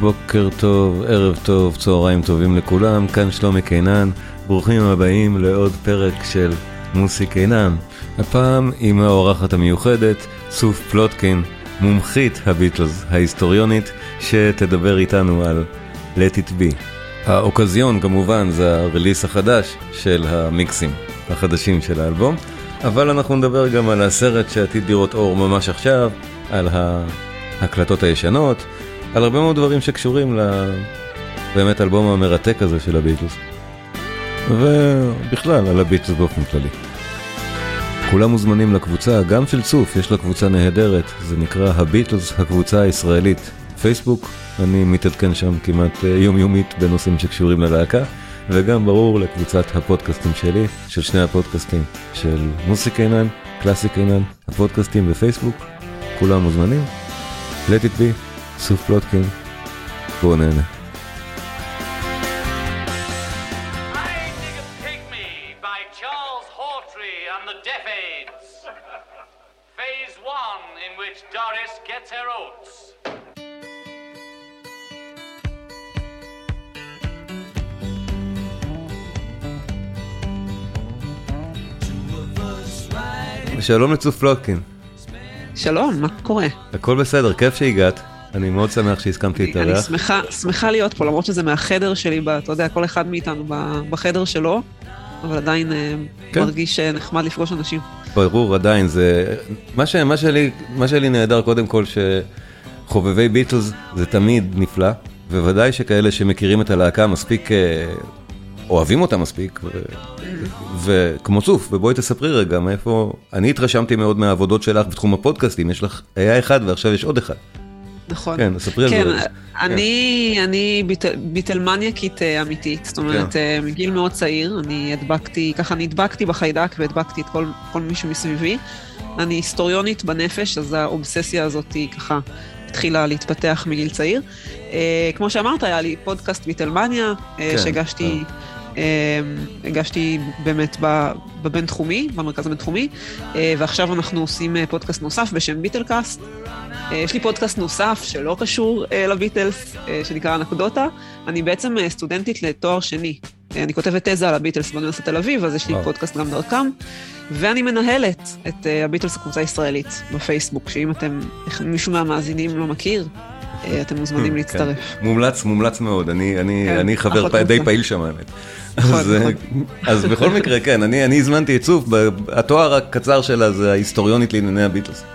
בוקר טוב, ערב טוב, צהריים טובים לכולם, כאן שלומי קינן, ברוכים הבאים לעוד פרק של מוסי קינן. הפעם עם האורחת המיוחדת, סוף פלוטקין, מומחית הביטלס, ההיסטוריונית, שתדבר איתנו על Let It Be. האוקזיון כמובן זה הרליס החדש של המיקסים החדשים של האלבום, אבל אנחנו נדבר גם על הסרט שעתיד לראות אור ממש עכשיו, על ההקלטות הישנות, על הרבה מאוד דברים שקשורים באמת אלבום המרתק הזה של הביטלס, ובכלל על הביטלס באופן כללי. כולם מוזמנים לקבוצה, גם של צוף, יש לה קבוצה נהדרת, זה נקרא הביטלס, הקבוצה הישראלית. פייסבוק, אני מתעדכן שם כמעט יומיומית בנושאים שקשורים ללהקה, וגם ברור לקבוצת הפודקאסטים שלי, של שני הפודקאסטים, של מוסי קינן, קלאסי קינן, הפודקאסטים בפייסבוק, כולם מוזמנים. Let It Be, סוף פלוטקין, בואו נהנה. Phase 1 in which Doris gets her oats. שלום לצוף פלוטקין. שלום, מה קורה? הכל בסדר, כיף שהגעת. אני מאוד שמח שהסכמתי את הריח. אני שמחה להיות פה, למרות שזה מהחדר שלי, אתה יודע, כל אחד מאיתנו בחדר שלו, אבל עדיין מרגיש נחמד לפגוש אנשים. ברור, עדיין, זה... מה שלי נהדר קודם כל, שחובבי ביטלס זה תמיד נפלא, וודאי שכאלה שמכירים את הלהקה מספיק, אוהבים אותה מספיק, וכמו צוף, ובואי תספרי רגע, מאיפה... אני התרשמתי מאוד מהעבודות שלך בתחום הפודקאסטים, יש לך, היה אחד ועכשיו יש עוד אחד. נכון. כן, ספרי על זה. כן, אני ביטלמניאקית אמיתית, זאת אומרת, מגיל מאוד צעיר, אני הדבקתי בחיידק והדבקתי את כל מישהו מסביבי. אני היסטוריונית בנפש, אז האובססיה הזאת ככה התחילה להתפתח מגיל צעיר. כמו שאמרת, היה לי פודקאסט ביטלמניה, הגשתי באמת בבין תחומי, במרכז הבין תחומי, ועכשיו אנחנו עושים פודקאסט נוסף בשם ביטלקאסט. יש לי פודקאסט נוסף שלא קשור לביטלס, שנקרא אנקדוטה. אני בעצם סטודנטית לתואר שני. אני כותבת תזה על הביטלס באוניברסיטת תל אביב, אז יש לי פודקאסט גם דרכם, ואני מנהלת את הביטלס הקבוצה הישראלית בפייסבוק, שאם מישהו מהמאזינים לא מכיר, אתם מוזמנים להצטרף. מומלץ מאוד, אני חבר די פעיל שם האמת. אז בכל מקרה, כן, אני הזמנתי את צוף, התואר הקצר שלה זה ההיסטוריונית לענייני הביטלס.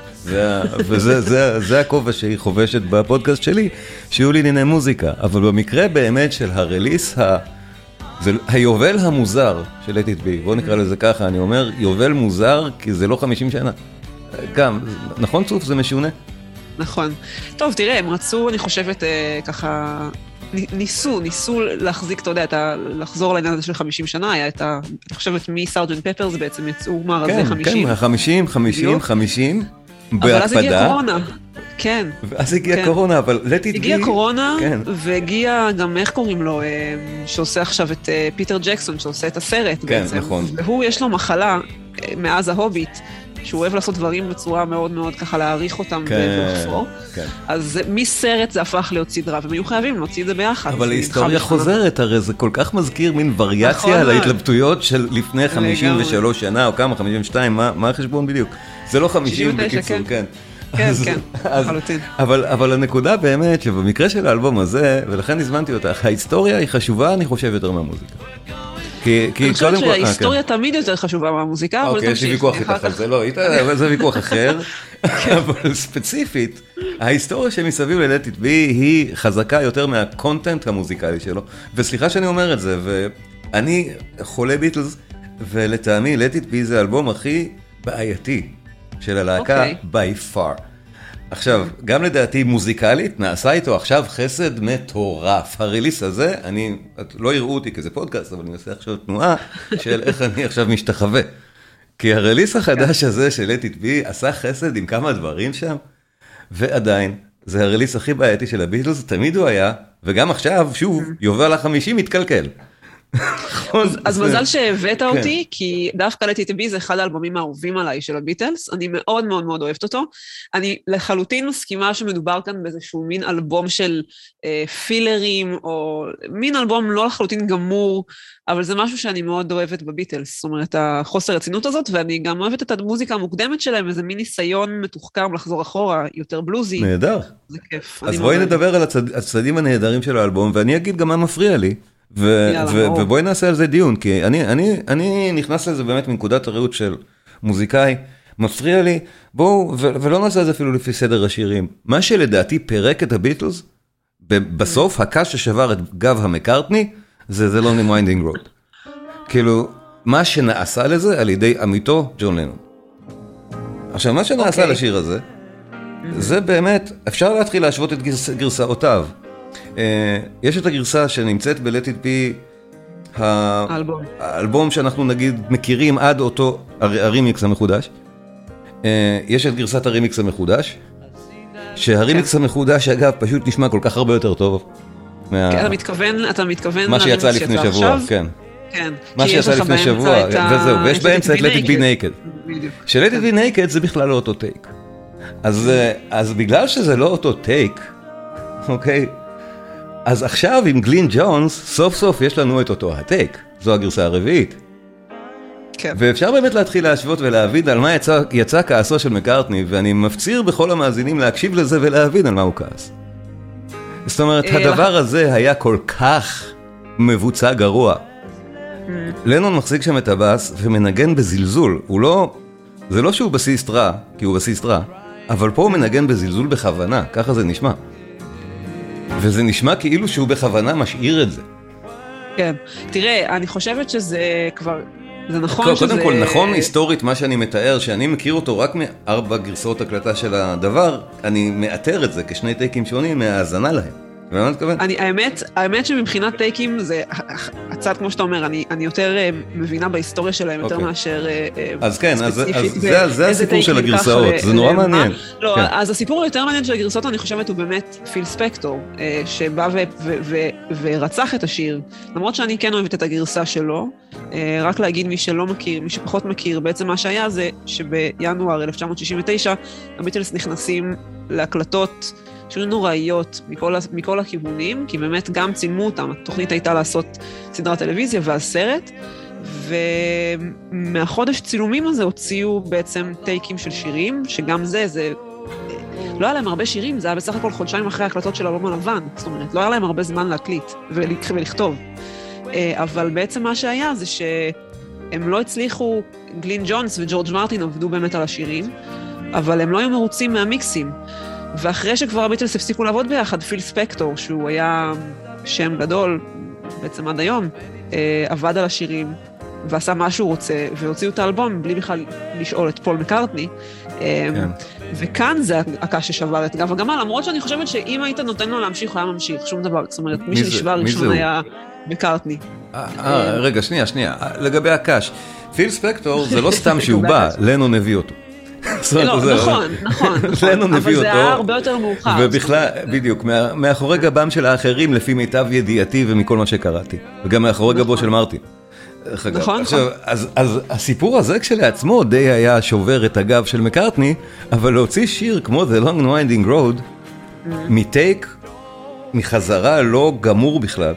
וזה הכובע שהיא חובשת בפודקאסט שלי, שיהיו לי ענייני מוזיקה. אבל במקרה באמת של הרליס, היובל המוזר של Let It Be, בואו נקרא לזה ככה, אני אומר יובל מוזר כי זה לא 50 שנה. גם, נכון צוף, זה משונה? נכון. טוב, תראה, הם רצו, אני חושבת, ככה, ניסו להחזיק, אתה יודע, לחזור לעניין הזה של 50 שנה, היה את אני חושבת, מסארג'נט פפרס בעצם יצאו מארזי 50. כן, 50, אבל אז הגיעה קורונה. כן. אז הגיעה קורונה, אבל Let It Be... הגיעה קורונה, והגיע גם, איך קוראים לו, שעושה עכשיו את פיטר ג'קסון, שעושה את הסרט בעצם. כן, נכון. והוא יש לו מחלה, מאז ההוביט, שהוא אוהב לעשות דברים בצורה מאוד מאוד ככה להעריך אותם ולחפור. אז מסרט זה הפך להיות סדרה, והם היו חייבים להוציא את זה ביחד. אבל ההיסטוריה חוזרת, הרי זה כל כך מזכיר מין וריאציה על ההתלבטויות של לפני 53 שנה, או כמה, 52, מה החשבון בדיוק? זה לא 50 בקיצור, כן. כן, חלוטין. אבל הנקודה באמת שבמקרה של האלבום הזה, ולכן הזמנתי אותך, ההיסטוריה היא חשובה, אני חושב, יותר מהמוזיקה. אני חושבת שההיסטוריה תמיד יותר חשובה מהמוזיקה, אבל אוקיי, יש לי ויכוח איתך על זה, לא, זה ויכוח אחר, אבל ספציפית, ההיסטוריה שמסביב ל-Let It Be היא חזקה יותר מהקונטנט המוזיקלי שלו, וסליחה שאני אומר את זה, ואני חולה ביטלס, ולטעמי Let It Be זה האלבום הכי בעייתי של הלהקה by far. עכשיו, גם לדעתי מוזיקלית, נעשה איתו עכשיו חסד מטורף. הרליס הזה, לא יראו אותי כזה פודקאסט, אבל אני עושה עכשיו תנועה של איך אני עכשיו משתחווה. כי הרליס החדש הזה של Let It Be עשה חסד עם כמה דברים שם, ועדיין, זה הרליס הכי בעייתי של הביטלס, תמיד הוא היה, וגם עכשיו, שוב, יובל ה-50 מתקלקל. אז מזל שהבאת אותי, כי דווקא Let It Be זה אחד האלבומים האהובים עליי של הביטלס, אני מאוד מאוד מאוד אוהבת אותו, אני לחלוטין מסכימה שמדובר כאן באיזשהו מין אלבום של פילרים, או מין אלבום לא לחלוטין גמור, אבל זה משהו שאני מאוד אוהבת בביטלס, זאת אומרת, החוסר רצינות הזאת, ואני גם אוהבת את המוזיקה המוקדמת שלהם, וזה מין ניסיון מתוחכם לחזור אחורה, יותר בלוזי. נהדר. זה כיף. אז בואי נדבר על הצדדים הנהדרים של האלבום, ואני אגיד גם מה מפריע לי, ובואי נעשה על זה דיון, כי אני נכנס לזה באמת מנקודת הראות של מוזיקאי, מפריע לי, בואו, ולא נעשה את זה אפילו לפי סדר השירים. מה שלדעתי פירק את הביטלס, בסוף הקש ששבר את גב המקארטני, זה Lonely Winding Road. כאילו, מה שנעשה לזה על ידי עמיתו ג'ון לנון. עכשיו, מה שנעשה לשיר הזה, זה באמת, אפשר להתחיל להשוות את גרסאותיו. יש את הגרסה שנמצאת ב-Let It Be, האלבום שאנחנו נגיד מכירים עד אותו הרימיקס המחודש. יש את גרסת הרימיקס המחודש, שהרימיקס המחודש אגב פשוט נשמע כל כך הרבה יותר טוב. אתה מתכוון מה שיצא לפני שבוע, כן. מה שיצא לפני שבוע, וזהו, ויש באמצע את Let It Be Naked. ש-Let It Be Naked זה בכלל לא אותו טייק. אז בגלל שזה לא אותו טייק, אוקיי, אז עכשיו עם גלין ג'ונס, סוף סוף יש לנו את אותו הטייק. זו הגרסה הרביעית. כן. ואפשר באמת להתחיל להשוות ולהבין על מה יצא כעסו של מקארטני, ואני מפציר בכל המאזינים להקשיב לזה ולהבין על מה הוא כעס. זאת אומרת, הדבר הזה היה כל כך מבוצע גרוע. לנון מחזיק שם את הבאס ומנגן בזלזול. זה לא שהוא בסיסט רע, כי הוא בסיסט רע, אבל פה הוא מנגן בזלזול בכוונה, ככה זה נשמע. וזה נשמע כאילו שהוא בכוונה משאיר את זה. כן, תראה, אני חושבת שזה כבר, זה נכון שזה... קודם כל, נכון היסטורית מה שאני מתאר, שאני מכיר אותו רק מארבע גרסאות הקלטה של הדבר, אני מאתר את זה כשני טייקים שונים מהאזנה להם. ומה מתכוון? האמת שמבחינת טייקים זה, הצד כמו שאתה אומר, אני יותר מבינה בהיסטוריה שלהם יותר מאשר אז כן, אז זה הסיפור של הגרסאות, זה נורא מעניין. לא, אז הסיפור היותר מעניין של הגרסאות, אני חושבת, הוא באמת פיל ספקטור, שבא ורצח את השיר, למרות שאני כן אוהבת את הגרסה שלו, רק להגיד מי שלא מכיר, מי שפחות מכיר, בעצם מה שהיה זה שבינואר 1969, הביטלס נכנסים להקלטות שהיו נוראיות מכל הכיוונים, כי באמת גם צילמו אותם, התוכנית הייתה לעשות סדרת טלוויזיה והסרט, ומהחודש צילומים הזה הוציאו בעצם טייקים של שירים, שגם זה לא היה להם הרבה שירים, זה היה בסך הכל חודשיים אחרי ההקלטות של אלבום הלבן, זאת אומרת, לא היה להם הרבה זמן להקליט ולכתוב. אבל בעצם מה שהיה זה שהם לא הצליחו, גלין ג'ונס וג'ורג' מרטין עבדו באמת על השירים, אבל הם לא היו מרוצים מהמיקסים. ואחרי שכבר הביטלס הפסיקו לעבוד ביחד, פיל ספקטור, שהוא היה שם גדול, בעצם עד היום, עבד על השירים, ועשה מה שהוא רוצה, והוציאו את האלבום בלי בכלל לשאול את פול מקארטני. וכאן זה הקש ששבר את גב הגמל, למרות שאני חושבת שאם היית נותן לו להמשיך, הוא היה ממשיך, שום דבר. זאת אומרת, מי שנשבר ראשון היה מקארטני. רגע, שנייה. לגבי הקש. פיל ספקטור זה לא סתם שהוא בא, לנון הביא אותו. נכון, אבל זה היה הרבה יותר מאוחר. ובכלל, בדיוק, מאחורי גבם של האחרים, לפי מיטב ידיעתי ומכל מה שקראתי. וגם מאחורי גבו של מרטין. נכון. אז הסיפור הזה כשלעצמו די היה שובר את הגב של מקארטני, אבל להוציא שיר כמו The Long Winding Road, מטייק, מחזרה לא גמור בכלל,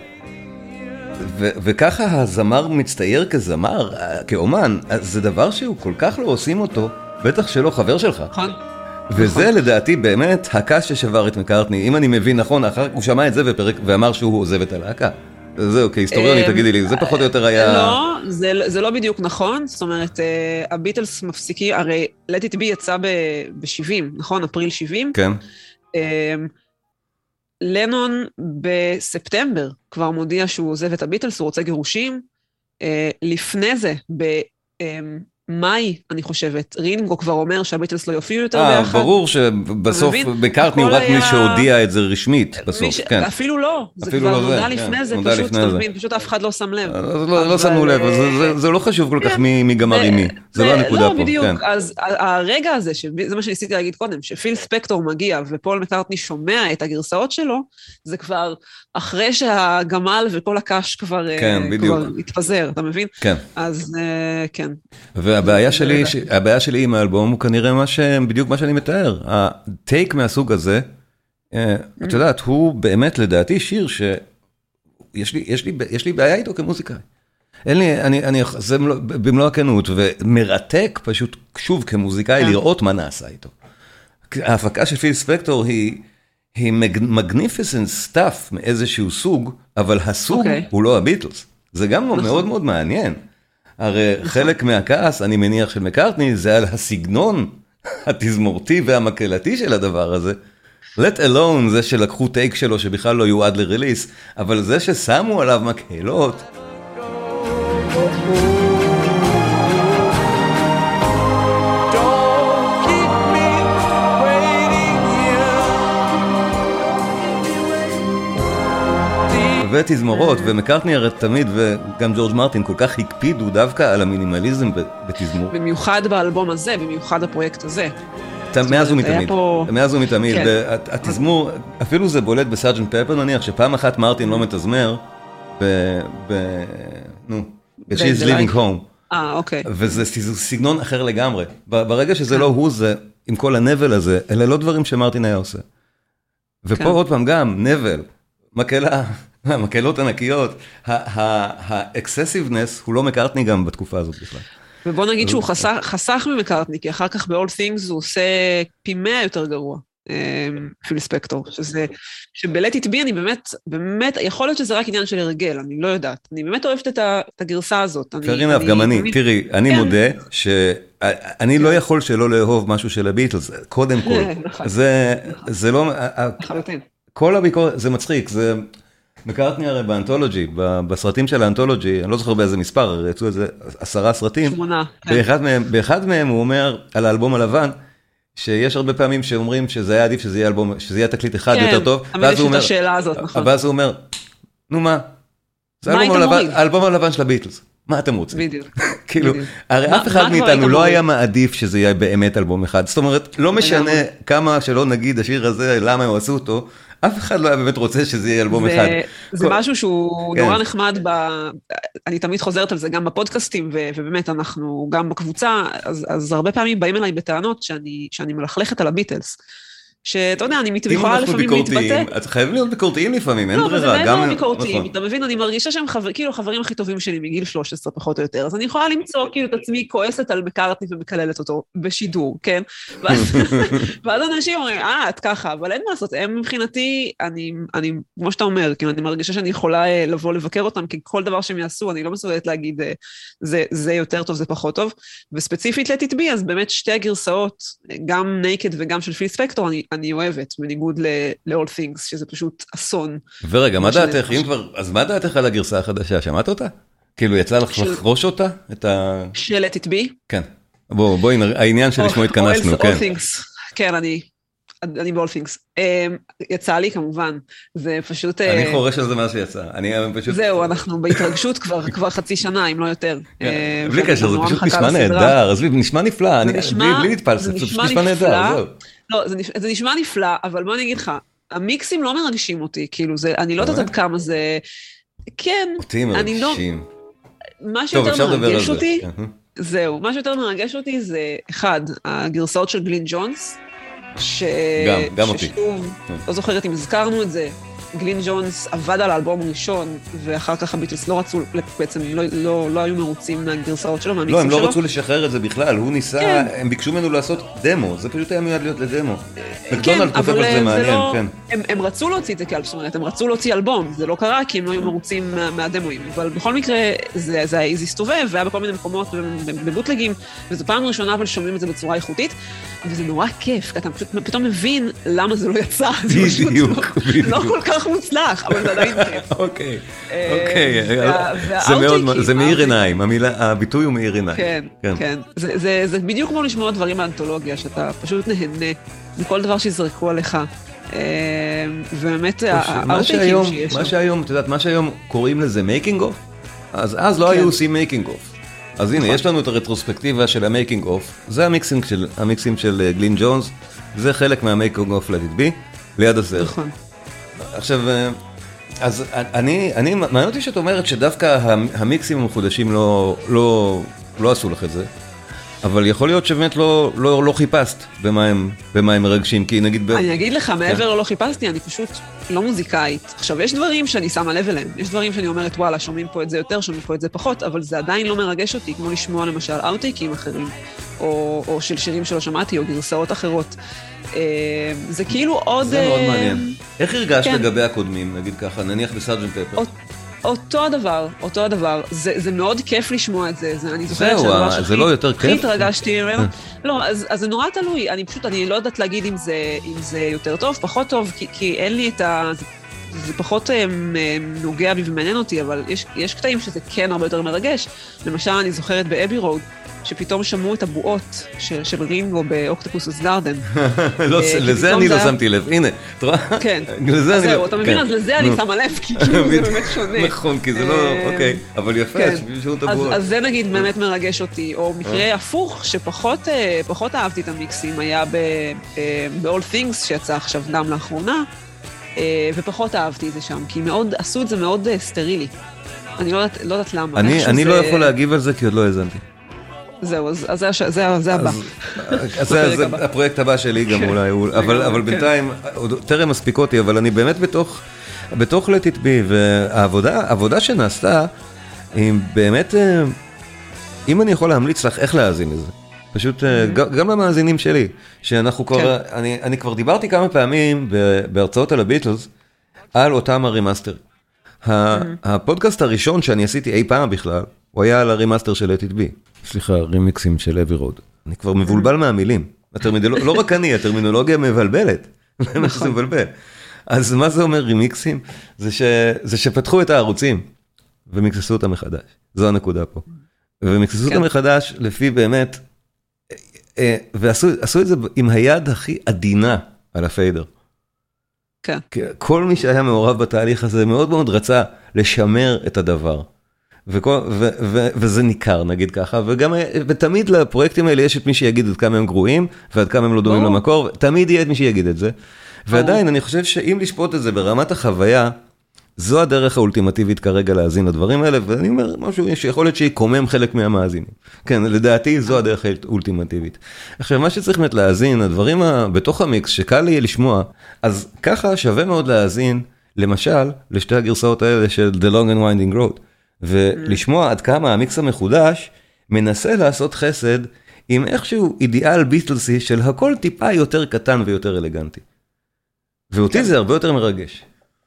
וככה הזמר מצטייר כזמר, כאומן, זה דבר שהוא כל כך לא עושים אותו, בטח שלא חבר שלך. נכון. וזה לדעתי באמת הקש ששבר את מקארטני, אם אני מבין נכון, אחר הוא שמע את זה ואמר שהוא עוזב את הלהקה. זהו, כהיסטוריונית, תגידי לי, זה פחות או יותר היה... לא, זה לא בדיוק נכון, זאת אומרת, הביטלס מפסיקים, הרי Let It Be יצא ב-70, נכון? אפריל 70. כן. לנון בספטמבר כבר מודיע שהוא עוזב את הביטלס, הוא רוצה גירושים. לפני זה, מאי, אני חושבת. רינגו כבר אומר שהביטלס לא יופיעו יותר ביחד. ברור שבסוף מקארטני הוא רק מי שהודיע את זה רשמית בסוף, כן. אפילו לא, זה כבר נודע לפני זה, פשוט אף אחד לא שם לב. לא שמנו לב, זה לא חשוב כל כך מי גמר עם מי, זה לא הנקודה פה. לא, בדיוק, אז הרגע הזה, זה מה שניסיתי להגיד קודם, שפיל ספקטור מגיע ופול מקארטני שומע את הגרסאות שלו, זה כבר אחרי שהגמל וכל הקש כבר התפזר, אתה מבין? כן. אז כן. והבעיה שלי עם האלבום הוא כנראה בדיוק מה שאני מתאר. הטייק מהסוג הזה, את יודעת, הוא באמת לדעתי שיר יש לי בעיה איתו כמוזיקאי. זה במלוא הכנות, ומרתק פשוט שוב כמוזיקאי לראות מה נעשה איתו. ההפקה של פיל ספקטור היא magnificent stuff מאיזשהו סוג, אבל הסוג הוא לא הביטלס. זה גם מאוד מאוד מעניין. הרי חלק מהכעס, אני מניח של מקארטני, זה על הסגנון התזמורתי והמקהלתי של הדבר הזה. Let alone זה שלקחו טייק שלו שבכלל לא יועד לריליס, אבל זה ששמו עליו מקהלות. ותזמורות, ומקארטני הרי תמיד, וגם ג'ורג' מרטין כל כך הקפידו דווקא על המינימליזם בתזמור. במיוחד באלבום הזה, במיוחד הפרויקט הזה. מאז ומתמיד. התזמור, אפילו זה בולט בסארג'נט פפר, נניח שפעם אחת מרטין לא מתזמר, ב-She's Living Home. אוקיי. וזה סגנון אחר לגמרי. ברגע שזה לא הוא זה, עם כל הנבל הזה, אלה לא דברים שמרטין היה עושה. ופה עוד פעם גם, נבל, מקהלה, מקהלות ענקיות, האקססיבנס הוא לא מקארטני גם בתקופה הזאת בכלל. ובוא נגיד שהוא חסך ממקארטני, כי אחר כך ב-All Things הוא עושה פי 100 יותר גרוע, פיל ספקטור, שבלט איטבי אני באמת, יכול להיות שזה רק עניין של הרגל, אני לא יודעת, אני באמת אוהבת את הגרסה הזאת. פרינף, גם אני, תראי, אני מודה שאני לא יכול שלא לאהוב משהו של הביטלס, קודם כל, זה לא, כל הביקורת, זה מצחיק, זה מקארטני הרי באנתולוגי, בסרטים של האנתולוגי, אני לא זוכר באיזה מספר, הרי יצאו איזה 10 סרטים, באחד מהם הוא אומר על האלבום הלבן, שיש הרבה פעמים שאומרים שזה היה עדיף שזה יהיה תקליט אחד יותר טוב, ואז הוא אומר, נו מה, זה האלבום הלבן של הביטלס, מה אתם רוצים? בדיוק. כאילו, הרי אף אחד מאיתנו לא היה מעדיף שזה יהיה באמת אלבום אחד, זאת אומרת, לא משנה כמה שלא נגיד השיר הזה, למה הם עשו אותו, אף אחד לא היה באמת רוצה שזה יהיה אלבום אחד. זה משהו שהוא נורא נחמד, אני תמיד חוזרת על זה גם בפודקאסטים, ובאמת אנחנו גם בקבוצה, אז הרבה פעמים באים אליי בטענות שאני מלכלכת על הביטלס. שאתה יודע, אני יכולה לפעמים להתבטא. את חייבים להיות ביקורתיים לפעמים, אין ברירה. לא, אבל זה לא ביקורתיים, אתה מבין, אני מרגישה שהם כאילו החברים הכי טובים שלי מגיל 13 פחות או יותר, אז אני יכולה למצוא כאילו את עצמי כועסת על מקארטני ומקללת אותו בשידור, כן? ואז אנשים אומרים, את ככה, אבל אין מה לעשות, הם מבחינתי, אני, כמו שאתה אומר, כאילו אני מרגישה שאני יכולה לבוא לבקר אותם, כי כל דבר שהם יעשו, אני לא מסוגלת להגיד, זה יותר טוב, זה פחות טוב, וספציפית לטיטבי, אז באמת שתי הגרסאות, גם נייקד וגם של פיל ספקטור, אני אוהבת, בניגוד ל-All Things, שזה פשוט אסון. ורגע, מה דעתך, אז מה דעתך על הגרסה החדשה? שמעת אותה? כאילו יצא לך לחרוש אותה? של Let It Be? כן. בואי, העניין שלשמו התכנסנו, כן. All Things, כן, אני ב-All Things. יצא לי כמובן, זה פשוט... אני חורש על זה מה שיצא. זהו, אנחנו בהתרגשות כבר חצי שנה, אם לא יותר. בלי קשר, זה פשוט נשמע נהדר, זה נשמע נפלא, בלי נתפלס, זה פשוט נשמע נהדר, זהו. לא, זה נשמע נפלא, אבל בוא אני אגיד לך, המיקסים לא מרגשים אותי, כאילו, אני לא יודעת עד כמה זה... כן, אותי מרגשים. מה שיותר מרגש אותי, זהו, מה שיותר מרגש אותי זה, אחד, הגרסאות של גלין ג'ונס, גם אותי. ששוב, לא זוכרת אם הזכרנו את זה, גלין ג'ונס עבד על האלבום הראשון, ואחר כך הביטלס לא רצו, בעצם לא היו מרוצים מהגרסאות שלו, מהמיקסים שלו. לא, הם לא רצו לשחרר את זה בכלל, הוא ניסה, הם ביקשו ממנו לעשות דמו, זה פשוט היה מיועד להיות לדמו. מקדונלד כותב על זה מעניין, כן. הם רצו להוציא את זה כאלבום, זאת אומרת, הם רצו להוציא אלבום, זה לא קרה כי הם לא היו מרוצים מהדמואים, אבל בכל מקרה זה הסתובב, והיה בכל מיני מקומות בבוטלגים, וזו פעם ראשונה אבל שומעים את זה בצורה איכותית, וזה נורא כיף, כי אתה פתאום מבין למה זה לא יצא. בדיוק. לא כל כך כך מוצלח, אבל זה עדיין כיף. אוקיי, זה מאיר עיניים, הביטוי הוא מאיר עיניים. כן, זה בדיוק כמו לשמוע דברים באנתולוגיה, שאתה פשוט נהנה מכל דבר שיזרקו עליך. ובאמת, האוטטייקים שיש. מה שהיום, את יודעת, מה שהיום קוראים לזה מייקינג אוף, אז לא היו עושים מייקינג אוף. אז הנה, יש לנו את הרטרוספקטיבה של המייקינג אוף, זה המיקסים של גלין ג'ונס, זה חלק מהמייקינג אוף Let It Be, ליד הסרט. נכון. עכשיו, אז מעניין אותי שאת אומרת שדווקא המיקסים המחודשים לא עשו לך את זה, אבל יכול להיות שבאמת לא חיפשת במה הם מרגשים, כי נגיד... אני אגיד לך, מעבר לא חיפשתי, אני פשוט לא מוזיקאית. עכשיו, יש דברים שאני שמה לב אליהם, יש דברים שאני אומרת, וואלה, שומעים פה את זה יותר, שומעים פה את זה פחות, אבל זה עדיין לא מרגש אותי, כמו לשמוע למשל אאוטטייקים אחרים, או של שירים שלא שמעתי, או גרסאות אחרות. זה כאילו עוד... זה מאוד מעניין. איך הרגשת לגבי הקודמים, נגיד ככה, נניח בסארג'נט פפר? אותו הדבר, זה מאוד כיף לשמוע את זה, אני זוכרת זהו, זה לא יותר כיף? הכי התרגשתי ממנו. לא, אז זה נורא תלוי, אני לא יודעת להגיד אם זה יותר טוב, פחות טוב, כי אין לי את ה... זה פחות נוגע בי ומעניין אותי, אבל יש קטעים שזה כן הרבה יותר מרגש. למשל, אני זוכרת באבי רוד, שפתאום שמעו את הבועות של רינגו באוקטופוס גארדן. לזה אני לא שמתי לב, הנה, אתה רואה? כן, אז זהו, אתה מבין, אז לזה אני שמה לב, כי זה באמת שונה. נכון, כי זה לא, אוקיי, אבל יפה, שמישהו את הבועות. אז זה נגיד באמת מרגש אותי, או מקרה הפוך, שפחות אהבתי את המיקסים, היה ב-All Things, שיצא עכשיו גם לאחרונה, ופחות אהבתי את זה שם, כי עשו את זה מאוד סטרילי. אני לא יודעת למה. אני לא יכול להגיב על זה, כי עוד לא האזנתי. זהו, אז זה הבא. אז זה הפרויקט הבא שלי גם אולי, אבל בינתיים, טרם מספיק אותי, אבל אני באמת בתוך Let It Be, והעבודה שנעשתה, היא באמת, אם אני יכול להמליץ לך איך להאזין לזה, פשוט גם למאזינים שלי, שאנחנו כבר, אני כבר דיברתי כמה פעמים בהרצאות על הביטלס, על אותם הרימאסטר. הפודקאסט הראשון שאני עשיתי אי פעם בכלל, הוא היה על הרימאסטר של Let It Be. סליחה, רימיקסים של אבי רוד. אני כבר מבולבל מהמילים. לא רק אני, הטרמינולוגיה מבלבלת. מה שזה מבלבל. אז מה זה אומר רימיקסים? זה שפתחו את הערוצים ומקססו אותם מחדש. זו הנקודה פה. ומקססו אותם מחדש לפי באמת, ועשו את זה עם היד הכי עדינה על הפיידר. כן. כל מי שהיה מעורב בתהליך הזה מאוד מאוד רצה לשמר את הדבר. וזה ניכר, נגיד ככה, ותמיד לפרויקטים האלה יש את מי שיגיד עד כמה הם גרועים, ועד כמה הם לא דומים למקור, תמיד יהיה את מי שיגיד את זה, ועדיין אני חושב שאם לשפוט את זה ברמת החוויה, זו הדרך האולטימטיבית כרגע להאזין לדברים האלה, ואני אומר משהו שיכול להיות שיקומם חלק מהמאזינים. כן, לדעתי זו הדרך האולטימטיבית. עכשיו, מה שצריך באמת להאזין, הדברים בתוך המיקס שקל לי לשמוע, אז ככה שווה מאוד להאזין, למשל, לשתי הגרסאות האלה של The Long and Winding Road. ולשמוע עד כמה המיקס המחודש מנסה לעשות חסד עם איכשהו אידיאל ביטלסי של הכל טיפה יותר קטן ויותר אלגנטי. ואותי זה הרבה יותר מרגש.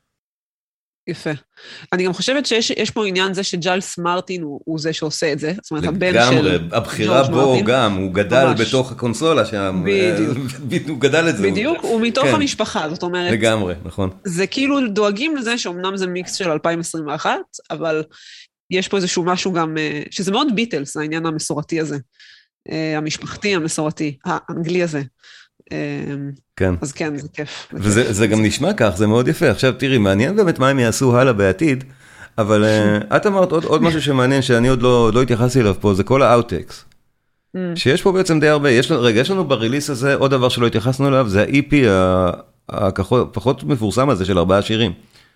יפה. אני גם חושבת שיש פה עניין זה שג'יילס מרטין הוא זה שעושה את זה. זאת אומרת, הבן של... לגמרי, הבחירה בו גם, הוא גדל בתוך הקונסולה שם. הוא גדל את זה. בדיוק, הוא מתוך המשפחה, זאת אומרת. לגמרי, נכון. זה כאילו דואגים לזה שאומנם זה מיקס של 2021, אבל יש פה איזשהו משהו גם, שזה מאוד ביטלס, העניין המסורתי הזה. המשפחתי המסורתי, האנגלי הזה. כן. אז כן, זה כיף. וזה גם נשמע כך, זה מאוד יפה. עכשיו תראי, מעניין באמת מה הם יעשו הלאה בעתיד, אבל את אמרת עוד משהו שמעניין שאני עוד לא התייחסתי אליו פה, זה כל האוטטקס. שיש פה בעצם די הרבה, יש לנו בריליס הזה עוד דבר שלא התייחסנו אליו, זה ה-EP הפחות מפורסם הזה של 4 שירים.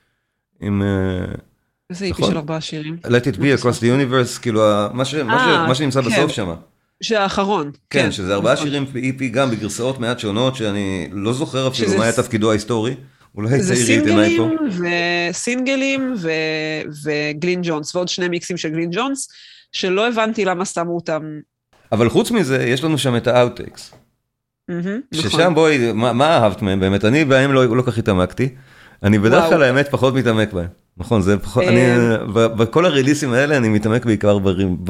איזה EP של 4 שירים? Let It Be Across the Universe, כאילו מה שנמצא בסוף שם. שהאחרון. כן, שזה 4 שירים ב-EP גם בגרסאות מעט שונות, שאני לא זוכר אפילו מה היה תפקידו ההיסטורי. אולי צעירי עיתונאי פה. סינגלים וגלין ג'ונס, ועוד 2 מיקסים של גלין ג'ונס, שלא הבנתי למה שמו אותם. אבל חוץ מזה, יש לנו שם את האוטטקס. ששם בואי, מה אהבת מהם באמת? אני בהם לא כך התעמקתי. אני בדרך כלל האמת פחות מתעמק בהם. נכון, זה פחות, בכל הריליסים האלה אני מתעמק בעיקר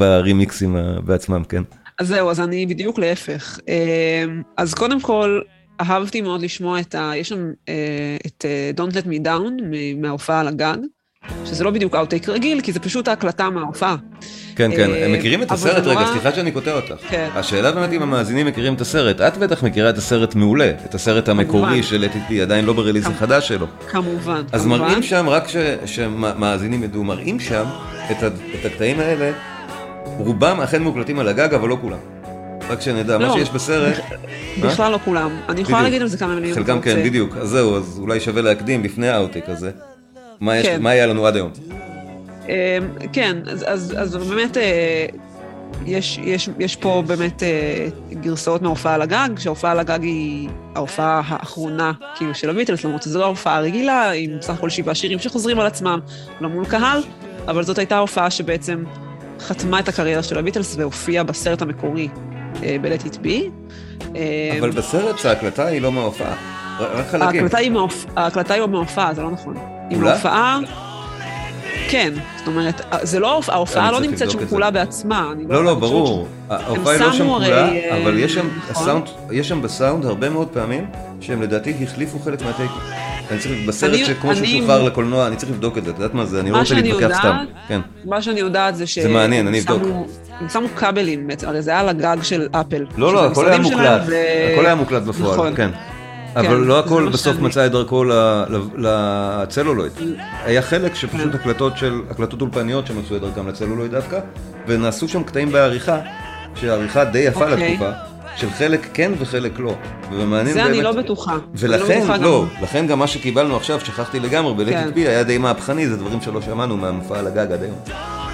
ברימיקסים בעצמם, כן. אז זהו, אז אני בדיוק להפך. אז קודם כל, אהבתי מאוד לשמוע יש שם את Don't Let Me Down מההופעה על הגג, שזה לא בדיוק אאוטטייק רגיל, כי זה פשוט ההקלטה מההופעה. כן, כן, הם מכירים את הסרט, רגע, סליחה שאני קוטע אותך. כן. השאלה באמת אם המאזינים מכירים את הסרט, את בטח מכירה את הסרט מעולה, את הסרט המקורי של Let It Be, עדיין לא ברליז החדש שלו. כמובן. אז מראים שם, רק שמאזינים ידעו, מראים שם את הקטעים האלה, רובם אכן מוקלטים על הגג, אבל לא כולם. רק שנדע, מה שיש בסרט... בכלל לא כולם. אני יכולה להגיד על זה כמה מילים. חלקם כן, בדיוק. אז זהו, אז אולי שווה להקדים לפני האוטק הזה. מה היה לנו עד היום? כן, אז באמת יש פה באמת גרסאות מההופעה על הגג, שההופעה על הגג היא ההופעה האחרונה כאילו של הביטלס, למרות שזו לא ההופעה הרגילה, עם בסך הכל 7 שירים שחוזרים על עצמם, לא מול קהל, אבל זאת הייתה ההופעה שבעצם חתמה את הקריירה של הביטלס והופיעה בסרט המקורי ב-Let It Be. אבל בסרט ההקלטה היא לא מההופעה, רק חלקים. ההקלטה היא מההופעה, זה לא נכון. עם ההופעה... כן, זאת אומרת, זה לא, ההופעה לא נמצאת שם כולה בעצמה. לא, ברור. ההופעה היא לא שם כולה, אבל יש שם בסאונד הרבה מאוד פעמים שהם לדעתי החליפו חלק מהטייקים. אני צריך, בסרט שכמו ששוחרר לקולנוע, אני צריך לבדוק את זה, אתה יודעת מה זה? אני לא רוצה להתווכח סתם. מה שאני יודעת זה זה מעניין, אני אבדוק. הם שמו כבלים, הרי זה היה על הגג של אפל. לא, הכל היה מוקלט. הכל היה מוקלט בפועל, כן. אבל לא הכל בסוף מצא את דרכו לצלולויד. היה חלק שפשוט הקלטות אולפניות שמצאו את דרכם לצלולויד דווקא, ונעשו שם קטעים בעריכה, שהעריכה די יפה לתקופה, של חלק כן וחלק לא. זה אני לא בטוחה. ולכן, לא, לכן גם מה שקיבלנו עכשיו, שכחתי לגמרי, ב-Let It Be היה די מהפכני, זה דברים שלא שמענו מהמופע על הגג עד היום.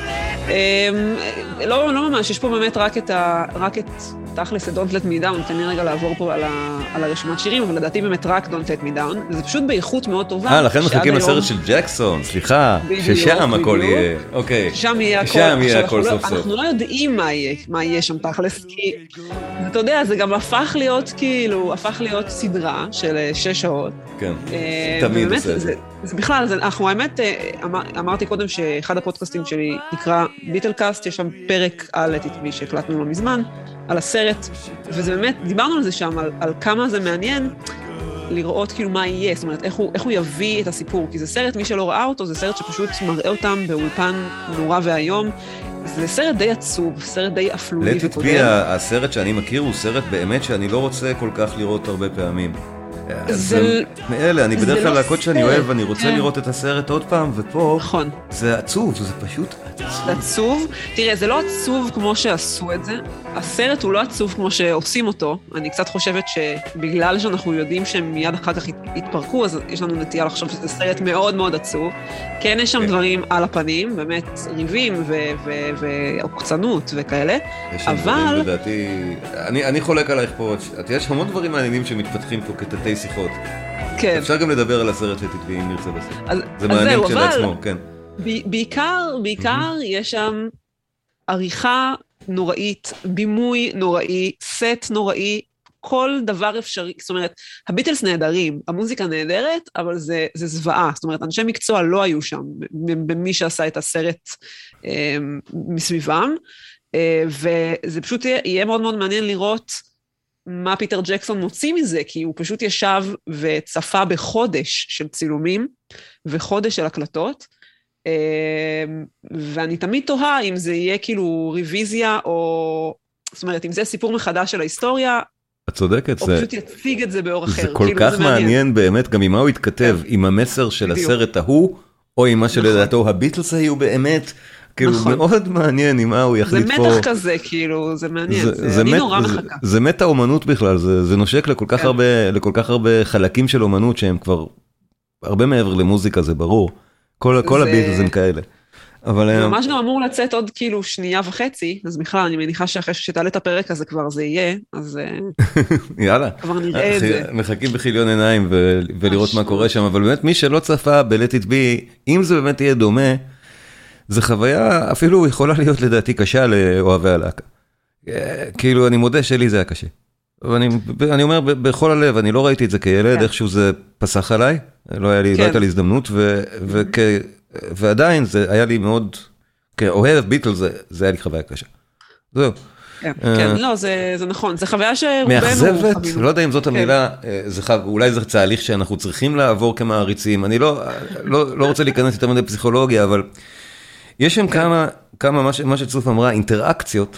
לא ממש, יש פה באמת רק את תכלס, Don't Let Me Down, תן לי רגע לעבור פה על הרשימת שירים, אבל לדעתי באמת רק Don't Let Me Down, וזה פשוט באיכות מאוד טובה. לכן מחכים לסרט של ג'קסון, סליחה, ששם הכל יהיה, אוקיי. שם יהיה הכל סוף סוף. אנחנו לא יודעים מה יהיה שם תכלס, כי אתה יודע, זה גם הפך להיות סדרה של 6 שעות. כן, תמיד עושה את זה. בכלל, אנחנו האמת, אמרתי קודם שאחד הפודקאסטים שלי נקרא ביטלקאסט, יש שם פרק על Let It Be שהקלטנו לא מזמן, על הסרט, וזה באמת, דיברנו על זה שם, על כמה זה מעניין לראות כאילו מה יהיה, זאת אומרת, איך הוא יביא את הסיפור, כי זה סרט, מי שלא ראה אותו, זה סרט שפשוט מראה אותם באולפן נורא והיום, זה סרט די עצוב, סרט די אפלולי וקודם. Let It Be, הסרט שאני מכיר, הוא סרט באמת שאני לא רוצה כל כך לראות הרבה פעמים. מאלה, אני בדרך כלל להקות שאני אוהב, אני רוצה לראות את הסרט עוד פעם, ופה זה עצוב, זה פשוט עצוב. תראה, זה לא עצוב כמו שעשו את זה, הסרט הוא לא עצוב כמו שעושים אותו, אני קצת חושבת שבגלל שאנחנו יודעים שהם מיד אחר כך התפרקו, אז יש לנו נטייה לחשוב שזה סרט מאוד מאוד עצוב. כן, יש שם דברים על הפנים, באמת ריבים ועוקצנות וכאלה, אבל... אני חולק עלייך פה, יש המון דברים מעניינים שמתפתחים פה כתתי שיחות. כן. אפשר גם לדבר על הסרט Let It Be אם נרצה בסרט. זה מעניין כשלעצמו, כן. בעיקר יש שם עריכה נוראית, בימוי נוראי, סט נוראי, כל דבר אפשרי, זאת אומרת, הביטלס נהדרים, המוזיקה נהדרת, אבל זה זוועה, זאת אומרת, אנשי מקצוע לא היו שם, במי שעשה את הסרט מסביבם, וזה פשוט יהיה מאוד מאוד מעניין לראות מה פיטר ג'קסון מוציא מזה, כי הוא פשוט ישב וצפה בחודש של צילומים, וחודש של הקלטות, ואני תמיד תוהה אם זה יהיה כאילו ריוויזיה, או, זאת אומרת, אם זה סיפור מחדש של ההיסטוריה, את צודקת, או פשוט יציג את זה באור אחר. זה כל כך מעניין באמת, גם עם מה הוא התכתב, עם המסר של הסרט ההוא, או עם מה שלדעתו הביטלס היו באמת, כאילו מאוד מעניין עם מה הוא יחליט פה. זה מתח כזה, כאילו, זה מעניין, אני נורא מחכה. זה מטה אומנות בכלל, זה נושק לכל כך הרבה חלקים של אומנות, שהם כבר הרבה מעבר למוזיקה, זה ברור. כל הביטלס הם כאלה. ממש גם אמור לצאת עוד כאילו 2.5 שנים, אז בכלל אני מניחה שאחרי שתעלה את הפרק הזה כבר זה יהיה, אז יאללה, כבר נראה את זה. מחכים בחיליון עיניים ולראות מה קורה שם, אבל באמת מי שלא צפה ב-Let It Be, אם זה באמת יהיה דומה, זה חוויה אפילו יכולה להיות לדעתי קשה לאוהבי הלהקה. כאילו אני מודה שלי זה היה קשה. ואני אומר בכל הלב, אני לא ראיתי את זה כילד, איכשהו זה פסח עליי, לא הייתה לי הזדמנות, ועדיין זה היה לי מאוד, כאוהב ביטל זה היה לי חוויה קשה. זהו. כן, לא, זה נכון, זה חוויה שרובנו... מאכזבת, לא יודע אם זאת המילה, אולי זה תהליך שאנחנו צריכים לעבור כמעריצים, אני לא רוצה להיכנס יותר מדי פסיכולוגיה, אבל יש שם כמה, מה שצוף אמרה, אינטראקציות,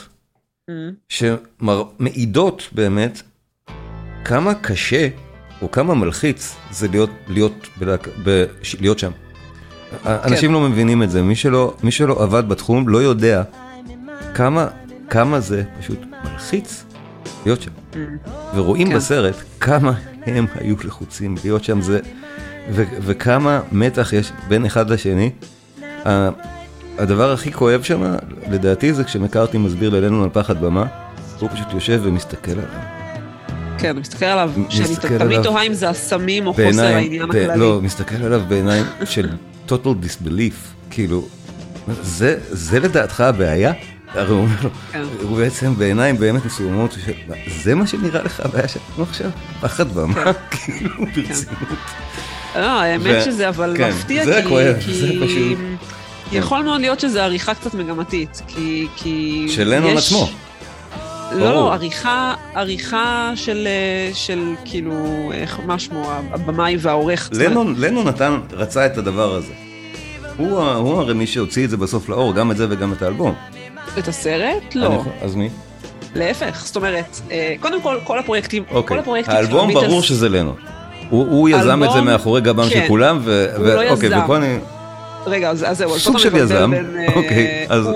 שמעידות באמת כמה קשה, או כמה מלחיץ זה להיות שם. אנשים לא מבינים את זה, מי שלא עבד בתחום לא יודע כמה זה פשוט מלחיץ להיות שם. ורואים בסרט כמה הם היו לחוצים להיות שם, וכמה מתח יש בין אחד לשני. הדבר הכי כואב שם, לדעתי, זה כשמקארטני מסביר ללנון על פחד במה, הוא פשוט יושב ומסתכל עליו. כן, הוא מסתכל עליו, שאני תמיד תוהה אם זה הסמים או חוסר העניין הכללי. לא, מסתכל עליו בעיניים של total disbelief, כאילו, זה לדעתך הבעיה? הרי הוא אומר לו, הוא בעצם בעיניים באמת מסוימות, זה מה שנראה לך הבעיה שלנו עכשיו? פחד במה, כאילו, ברצינות. לא, האמת שזה אבל מפתיע, זה כואב, זה פשוט. יכול מאוד להיות שזה עריכה קצת מגמתית, כי... של לנון עצמו. לא, עריכה של כאילו, מה שמו, הבמאי והעורך. לנון רצה את הדבר הזה. הוא הרי מי שהוציא את זה בסוף לאור, גם את זה וגם את האלבום. את הסרט? לא. אז מי? להפך, זאת אומרת, קודם כל, כל הפרויקטים... האלבום ברור שזה לנון. הוא יזם את זה מאחורי גבם של כולם, הוא לא יזם. ופה אני... רגע, אז זהו. סוג של יזם. אוקיי, אז...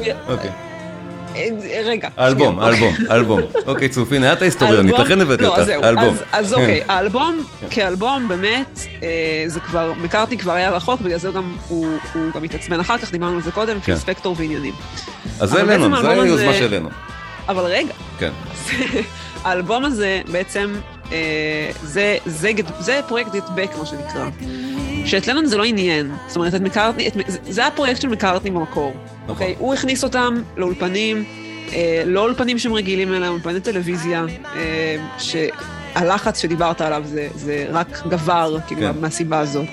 רגע. אלבום. אוקיי, צופי, נהיית ההיסטוריונית, לכן הבאתי אותה. אלבום. אז אוקיי, האלבום, כאלבום באמת, זה כבר, מקארטני כבר היה רחוק, בגלל זה הוא גם התעצבן אחר כך, דיברנו על זה קודם, של ספקטור ועניינים. אז זה לנון, זה היוזמה של לנון. אבל רגע. כן. האלבום הזה בעצם, זה פרויקט דיטבק, מה שנקרא. שאת לנון זה לא עניין, זאת אומרת, זה הפרויקט של מקארטני במקור. אוקיי? הוא הכניס אותם לאולפנים, לא אולפנים שהם רגילים אליהם, אולפני טלוויזיה, שהלחץ שדיברת עליו זה רק גבר, כאילו, מהסיבה הזאת.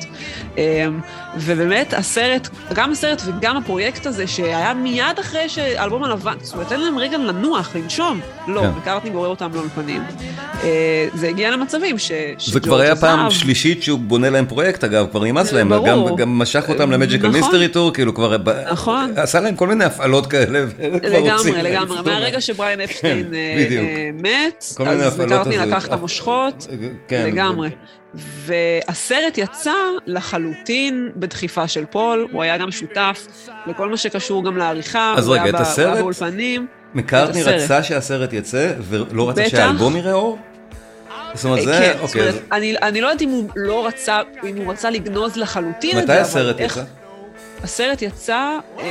ובאמת, גם הסרט וגם הפרויקט הזה, שהיה מיד אחרי שהאלבום הלבן, זאת אומרת, אין להם רגע לנוח, לנשום. לא, מקארטני גורר אותם לאולפנים. זה הגיע למצבים זה כבר היה פעם שלישית שהוא בונה להם פרויקט, אגב, כבר נמאס להם, גם משך אותם למג'יקל מיסטרי טור, כאילו כבר עשה להם כל מיני הפעלות כאלה. לגמרי. מהרגע שבריין אפשטיין מת, אז מקארטני לקח את המושכות, לגמרי. והסרט יצא לחלוטין בדחיפה של פול, הוא היה גם שותף לכל מה שקשור גם לעריכה, אז רגע, את הסרט? באולפנים. מקארטני רצה שהסרט יצא, ולא רצה שהאלבום יראה אור? זאת אומרת, זה, אוקיי. אני לא יודעת אם הוא לא רצה, אם הוא רצה לגנוז לחלוטין את זה, מתי הסרט יצא? הסרט יצא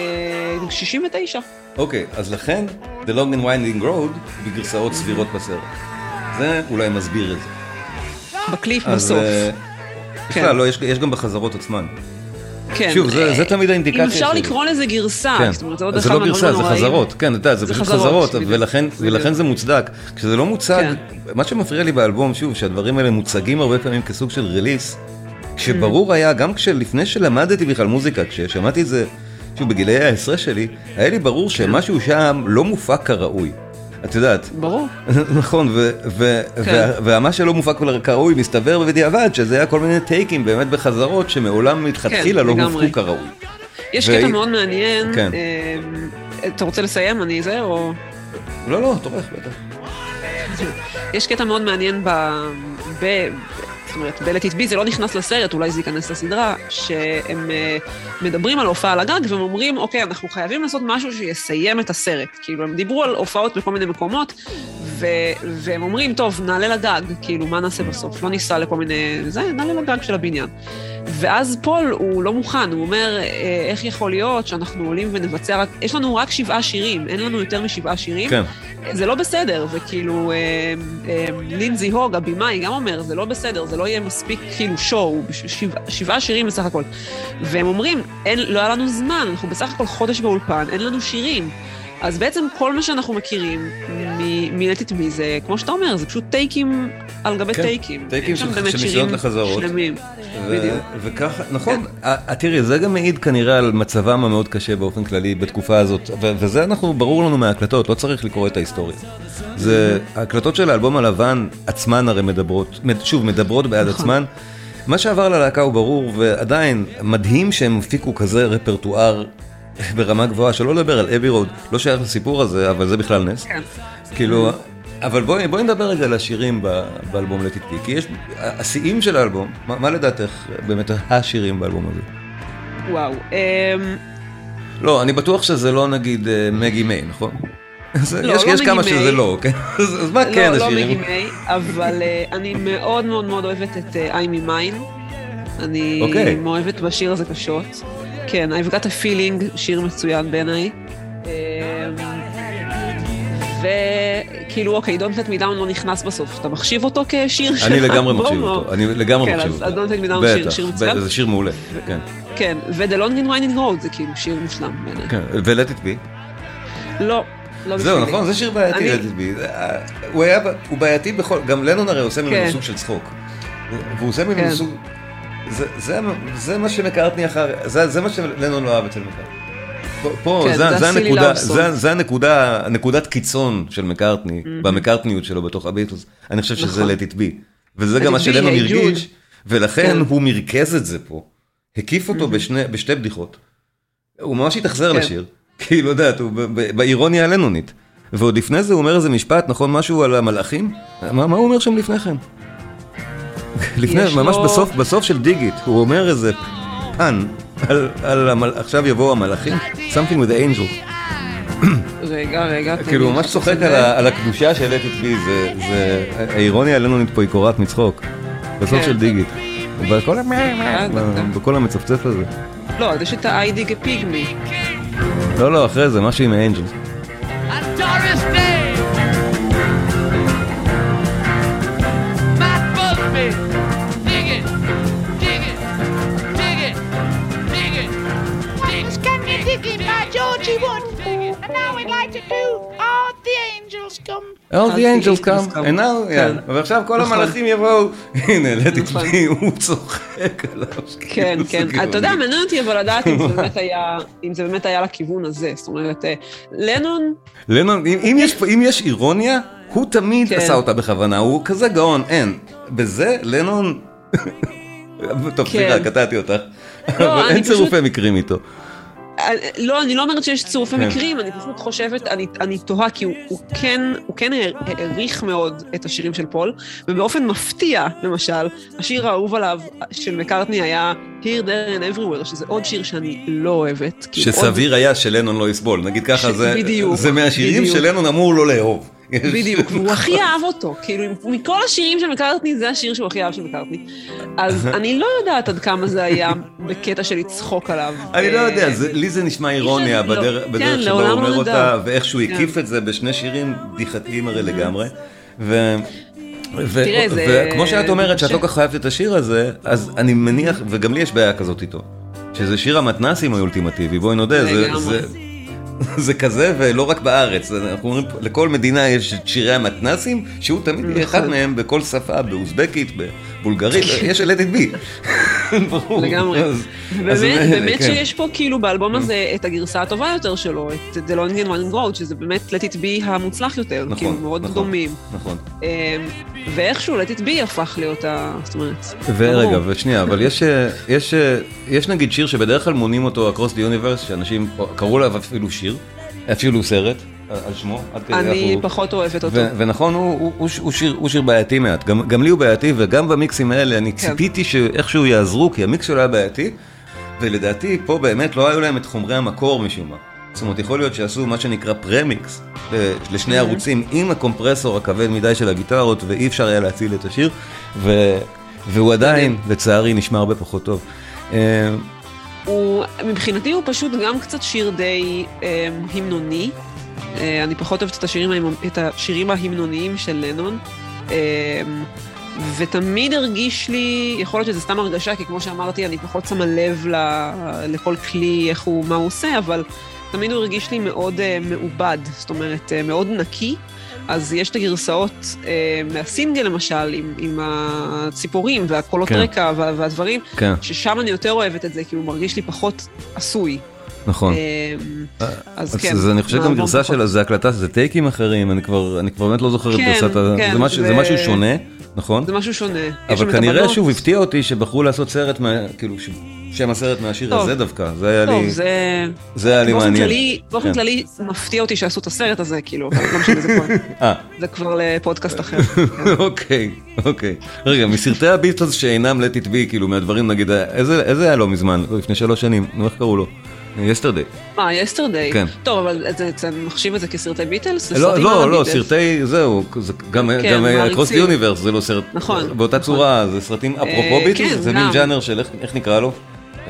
69. אוקיי, אז לכן, The Long and Winding Road, בגרסאות סבירות בסרט. זה אולי מסביר את זה. בקליפ בסוף. בכלל, לא, יש גם בחזרות עצמן. כן. שוב, זה תמיד האינדיקציה. אם אפשר לקרוא לזה גרסה, זאת אומרת, זה לא גרסה, זה חזרות. כן, אתה יודע, זה פשוט חזרות, ולכן זה מוצדק. כשזה לא מוצג, מה שמפריע לי באלבום, שוב, שהדברים האלה מוצגים הרבה פעמים כסוג של ריליס, כשברור היה, גם לפני שלמדתי בכלל מוזיקה, כששמעתי את זה, שוב, בגילי העשרה שלי, היה לי ברור שמשהו שם לא מופק כראוי. את יודעת. ברור. נכון, ומה שלא מופק כראוי מסתבר בדיעבד, שזה היה כל מיני טייקים באמת בחזרות, שמעולם מתחתחילה לא מופקו כראוי. יש קטע מאוד מעניין, אתה רוצה לסיים? אני זה או... לא, תורך בטח. יש קטע מאוד מעניין זאת אומרת, ב-Let It Be זה לא נכנס לסרט, אולי זה ייכנס לסדרה, שהם מדברים על הופעה על הגג, והם אומרים, אוקיי, אנחנו חייבים לעשות משהו שיסיים את הסרט. כאילו, הם דיברו על הופעות בכל מיני מקומות, והם אומרים, טוב, נעלה לגג, כאילו, מה נעשה בסוף? לא ניסע לכל מיני... נעלה לגג של הבניין. ואז פול הוא לא מוכן, הוא אומר, איך יכול להיות שאנחנו עולים ונבצע רק... יש לנו רק 7 שירים, אין לנו יותר מ7 שירים. כן. זה לא בסדר, וכאילו, לינזי הוג, הבימאי, גם אומר, זה לא בסדר, זה לא יהיה מספיק כאילו שואו, 7 שירים בסך הכל. והם אומרים, לא היה לנו זמן, אנחנו בסך הכל חודש באולפן, אין לנו שירים. אז בעצם כל מה שאנחנו מכירים מ-Let It Be זה, כמו שאתה אומר, זה פשוט טייקים על גבי טייקים. טייקים של ניסיונות לחזרות. שלמים, בדיוק. וככה, נכון, תראי, זה גם מעיד כנראה על מצבם המאוד קשה באופן כללי בתקופה הזאת, וזה ברור לנו מההקלטות, לא צריך לקרוא את ההיסטוריה. ההקלטות של האלבום הלבן עצמן הרי מדברות בעד עצמן. מה שעבר ללהקה הוא ברור, ועדיין מדהים שהם הפיקו כזה רפרטואר ברמה גבוהה, שלא לדבר על אבי רוד, לא שייך לסיפור הזה, אבל זה בכלל נס. כאילו, אבל בואי נדבר רגע על השירים באלבום Let It Be, כי יש השיאים של האלבום, מה לדעתך באמת השירים באלבום הזה? וואו. לא, אני בטוח שזה לא נגיד מגי מיי, נכון? יש כמה שזה לא, כן? אז מה כן השירים? לא מגי מיי, אבל אני מאוד מאוד מאוד אוהבת את I'm in Mine. אני מאוהבת בשיר הזה קשות. כן, I've got a feeling, שיר מצוין בעיניי. וכאילו, אוקיי, Don't Let Me Down לא נכנס בסוף. אתה מחשיב אותו כשיר שלך? אני לגמרי מחשיב אותו. אני לגמרי מחשיב אותו. כן, אז Don't Let Me Down שיר מצוין. זה שיר מעולה, כן. כן, ו-The Long and Winding Road זה כאילו שיר מושלם בעיניי. כן, ו-Let It Be? לא. זהו, נכון, זה שיר בעייתי, Let It Be. הוא בעייתי בכל... גם לנון הרי עושה ממנו סוג של צחוק. והוא עושה ממנו סוג... זה מה שמקארטני אחר, זה מה שלנון לא אהב אצל מקארטני. פה, זה נקודת קיצון של מקארטני, במקארטניות שלו בתוך הביטלס. אני חושב שזה Let It Be. וזה גם מה שלנון הרגיש, ולכן הוא מרכז את זה פה. הקיף אותו בשתי בדיחות. הוא ממש התאכזר לשיר. כי לא יודעת, הוא באירוניה הלנונית. ועוד לפני זה הוא אומר איזה משפט, נכון, משהו על המלאכים? מה הוא אומר שם לפני כן? לפני, ממש בסוף של דיגיט, הוא אומר איזה פן על עכשיו יבואו המלאכים, something with the angels. רגע. כאילו הוא ממש צוחק על הקדושה של Let It Be, האירוניה הלנונית פה היא קוראת מצחוק, בסוף של דיגיט. בכל המצפצף הזה. לא, יש את ה-I dig a pygmy. לא, אחרי זה, משהו עם האנג'לס. All the angels come, and now, ועכשיו כל המלאכים יבואו, הנה, Let It Be, הוא צוחק עליו. כן, אתה יודע, מעניין אותי אבל לדעת אם זה באמת היה לכיוון הזה, זאת אומרת, לנון, אם יש אירוניה, הוא תמיד עשה אותה בכוונה, הוא כזה גאון, אין, בזה לנון, טוב, סליחה, קטעתי אותך, אבל אין צירופי מקרים איתו. לא, אני לא אומרת שיש צירופי מקרים, אני פשוט חושבת, אני תוהה, כי הוא כן העריך מאוד את השירים של פול, ובאופן מפתיע, למשל, השיר האהוב עליו של מקארטני היה Here, There and Everywhere, שזה עוד שיר שאני לא אוהבת. שסביר היה שלנון לא יסבול, נגיד ככה, זה מהשירים שלנון אמור לא לאהוב. בדיוק, והוא הכי אהב אותו, כאילו מכל השירים של מקארטני זה השיר שהוא הכי אהב של מקארטני, אז אני לא יודעת עד כמה זה היה בקטע של לצחוק עליו. אני לא יודע, לי זה נשמע אירוניה בדרך שבה הוא אומר אותה, ואיך שהוא הקיף את זה בשני שירים בדיחתיים הרי לגמרי, וכמו שאת אומרת שאת לא כך חייבת את השיר הזה, אז אני מניח, וגם לי יש בעיה כזאת איתו, שזה שיר המתנסים האולטימטיבי, בואי נודה, זה כזה, ולא רק בארץ. אנחנו אומרים, לכל מדינה יש שירי המתנסים, שהוא תמיד אחד מהם בכל שפה, באוזבקית, בבולגרית, יש Let It Be. לגמרי. באמת שיש פה כאילו באלבום הזה את הגרסה הטובה יותר שלו, את The Long and Winding Road, שזה באמת Let It Be המוצלח יותר, כאילו מאוד דומים. נכון. ואיכשהו Let It Be הפך להיות זאת אומרת. ורגע, ושנייה, אבל יש נגיד שיר שבדרך כלל מונים אותו Across the Universe, שאנשים קראו לה אפילו שיר, אפילו סרט על שמו. אני פחות אוהבת אותו. ונכון, הוא שיר בעייתי מעט. גם לי הוא בעייתי, וגם במיקסים האלה אני ציפיתי שאיכשהו יעזרו, כי המיקס שלו היה בעייתי, ולדעתי פה באמת לא היו להם את חומרי המקור משום מה. זאת אומרת, יכול להיות שעשו מה שנקרא פרמיקס לשני ערוצים עם הקומפרסור הכבד מדי של הגיטרות, ואי אפשר היה להציל את השיר, והוא עדיין, לצערי, נשמע הרבה פחות טוב. מבחינתי הוא פשוט גם קצת שיר די המנוני. אני פחות אוהבת את השירים ההמנוניים של לנון. ותמיד הרגיש לי, יכול להיות שזה סתם הרגשה, כי כמו שאמרתי, אני פחות שמה לב לכל כלי, מה הוא עושה, אבל תמיד הוא הרגיש לי מאוד מעובד, זאת אומרת, מאוד נקי. אז יש את הגרסאות מהסינגל למשל, עם הציפורים והקולות רקע והדברים, ששם אני יותר אוהבת את זה, כי הוא מרגיש לי פחות עשוי. נכון. אז כן. אז אני חושב גם גרסה שלה, זה הקלטה, זה טייקים אחרים, אני כבר באמת לא זוכר את גרסת, זה משהו שונה, נכון? זה משהו שונה. אבל כנראה שוב הפתיע אותי שבחרו לעשות סרט, כאילו שם הסרט מהשיר הזה דווקא, זה היה לי... זה היה לי מעניין. באופן כללי מפתיע אותי שעשו את הסרט הזה, כאילו, לא משנה, זה כבר לפודקאסט אחר. אוקיי. רגע, מסרטי הביטלס שאינם Let It Be, כאילו מהדברים נגיד, איזה היה לו מזמן, לפני 3 שנים, איך קראו לו? יסטרדיי. יסטרדיי? כן. טוב, אבל אתה מחשיב את זה כסרטי ביטלס? לא, סרטי, זהו, גם Across the Universe זה לא סרט, באותה צורה, זה סרטים אפרופו ביטלס, זה מין ז'אנר של, איך נקרא לו?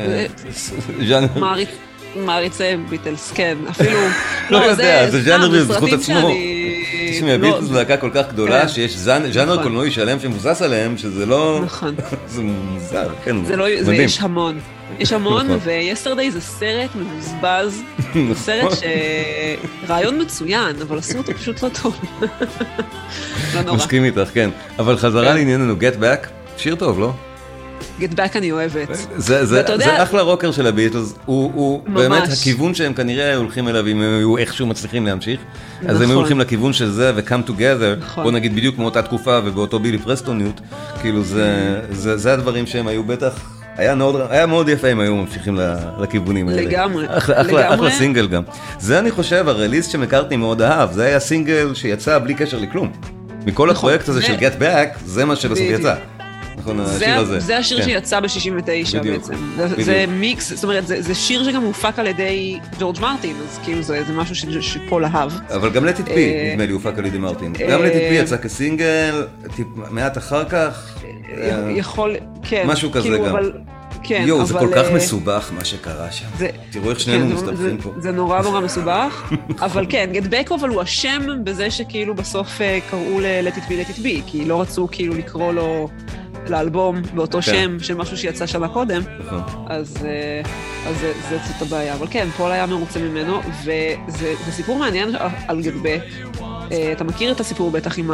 מעריצי ביטלס, כן, אפילו... לא יודע, זה ז'אנר בזכות עצמו. תשמעי, ביטלס זה להקה כל כך גדולה, שיש ז'אנר קולנועי שלם שמבוסס עליהם, שזה לא... נכון. זה מוזר, כן, מדהים. יש המון. יש המון, ויסטרדיי זה סרט מבוזבז, זה סרט שרעיון מצוין, אבל עשו אותו פשוט לא טוב. לא נורא. מסכים איתך, כן. אבל חזרה לענייננו, Get Back, שיר טוב, לא? Get Back אני אוהבת. זה אחלה רוקר של הביטלס, הוא באמת הכיוון שהם כנראה הולכים אליו, אם הם היו איכשהו מצליחים להמשיך, אז הם הולכים לכיוון של זה ו-come together, בוא נגיד בדיוק מאותה תקופה ובאותו בילי פרסטוניות, כאילו זה הדברים שהם היו בטח, היה מאוד יפה אם היו ממשיכים לכיוונים האלה. לגמרי. אחלה סינגל גם. זה אני חושב, הרליז שמקארטני מאוד אהב, זה היה סינגל שיצא בלי קשר לכלום. מכל הפרויקט הזה של Get Back, זה מה שבסוף יצא. נכון, השיר הזה. זה השיר שיצא ב-69 בעצם. זה מיקס, זאת אומרת, זה שיר שגם הופק על ידי ג'ורג' מרטין, אז כאילו זה משהו שפול אהב. אבל גם Let It Be, נדמה לי, הופק על ידי מרטין. גם Let It Be יצא כסינגל, מעט אחר כך. יכול, כן. משהו כזה גם. יואו, זה כל כך מסובך מה שקרה שם. תראו איך שנינו מסתבכים פה. זה נורא נורא מסובך, אבל כן, Get Back אבל הוא אשם בזה שכאילו בסוף קראו ל-Let It Be, Let It Be, כי לא רצו כאילו לקרוא לו לאלבום באותו שם של משהו שיצא שנה קודם, אז זאת הבעיה. אבל כן, פול היה מרוצה ממנו, וזה סיפור מעניין על Get Back. אתה מכיר את הסיפור בטח עם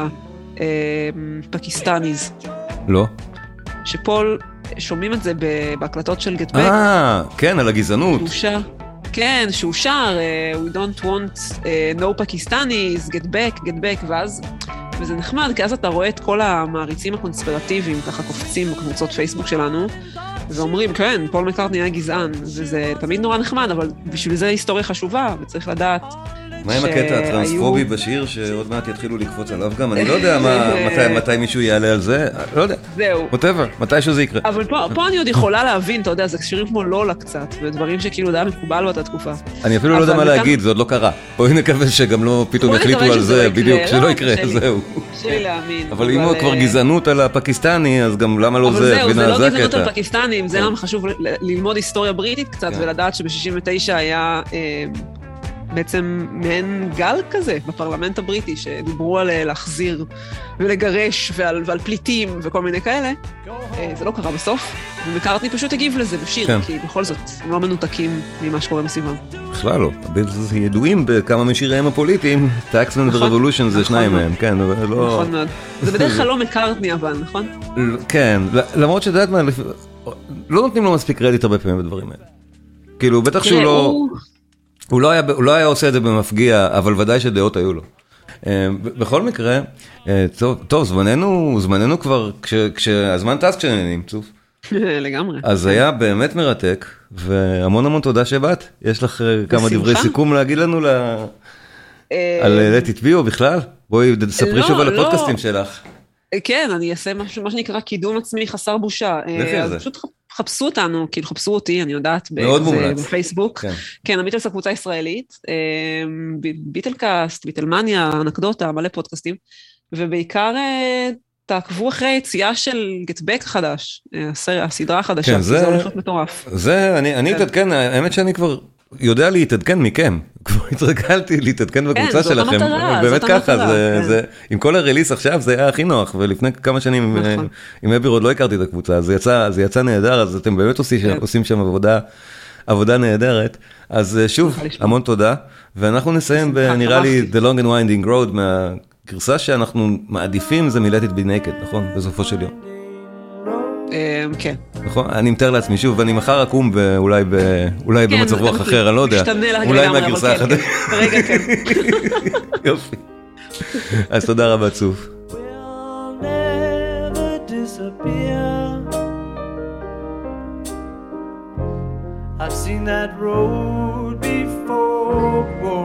הפקיסטניז? לא. שפול, שומעים את זה בהקלטות של Get Back. כן, על הגזענות. כן, שהוא שר, We don't want no Pakistanis, Get Back, וזה נחמד, כי אז אתה רואה את כל המעריצים הקונספירטיביים, ככה קופצים בקבוצות פייסבוק שלנו, ואומרים, כן, פול מקארטני היה גזען, וזה תמיד נורא נחמד, אבל בשביל זה היסטוריה חשובה, וצריך לדעת מה עם הקטע הטרנספובי בשיר, שעוד מעט יתחילו לקפוץ עליו גם? אני לא יודע מתי מישהו יעלה על זה, לא יודע. זהו. whatever, מתישהו זה יקרה. אבל פה אני עוד יכולה להבין, אתה יודע, זה שירים כמו לולה קצת, ודברים שכאילו די מקובל באותה תקופה. אני אפילו לא יודע מה להגיד, זה עוד לא קרה. בואי נקווה שגם לא פתאום יחליטו על זה, בדיוק, שלא יקרה, זהו. שלי להאמין. אבל אם הוא כבר גזענות על הפקיסטני, אז גם למה לא זה? אבל זהו, זה לא גזענות על פקיסטנים, זה למה חשוב ללמוד היסטוריה בריטית קצת, ולדעת שב-69 היה בעצם מעין גל כזה בפרלמנט הבריטי, שדיברו על להחזיר ולגרש ועל פליטים וכל מיני כאלה. זה לא קרה בסוף, ומקארטני פשוט הגיב לזה בשיר, כי בכל זאת הם לא מנותקים ממה שקורה מסביבם. בכלל לא, הביטלס ידועים בכמה משיריהם הפוליטיים, טקסמן ורבולושן זה שניים מהם, כן, לא... נכון מאוד. זה בדרך כלל לא מקארטני אבל, נכון? כן, למרות שדעת מה, לא נותנים לו מספיק קרדיט הרבה פעמים בדברים האלה. כאילו, בטח שהוא לא... הוא לא היה עושה את זה במפגיע, אבל ודאי שדעות היו לו. בכל מקרה, טוב, זמננו כבר, כשהזמן טס כשנהנים, צוף. לגמרי. אז היה באמת מרתק, והמון תודה שבאת. יש לך כמה דברי סיכום להגיד לנו על Let It Be או בכלל? בואי תספרי שוב על הפודקאסטים שלך. כן, אני אעשה משהו, מה שנקרא קידום עצמי חסר בושה. אז פשוט חפשו אותנו, כאילו חפשו אותי, אני יודעת, בפייסבוק. כן, הביטלס הקבוצה הישראלית, ביטלקאסט, ביטלמניה, אנקדוטה, מלא פודקאסטים, ובעיקר תעקבו אחרי יציאה של Get Back החדש, הסדרה החדשה, זה הולך להיות מטורף. זה, אני אתעדכן, האמת שאני כבר יודע להתעדכן מכם, כבר התרגלתי להתעדכן בקבוצה שלכם, באמת ככה, עם כל הרליס עכשיו זה היה הכי נוח, ולפני כמה שנים עם אביר עוד לא הכרתי את הקבוצה, אז זה יצא נהדר, אז אתם באמת עושים שם עבודה נהדרת. אז שוב, המון תודה, ואנחנו נסיים בנראה לי The Long and Winding Road, מהגרסה שאנחנו מעדיפים, זה מ-Let It Be Naked, נכון? בסופו של יום. כן. נכון? אני מתאר לעצמי שוב, ואני מחר אקום ואולי במצב רוח אחר, אני לא יודע. אולי מהגרסה אחת. רגע, כן. יופי. אז תודה רבה, צוף. I've seen that road before.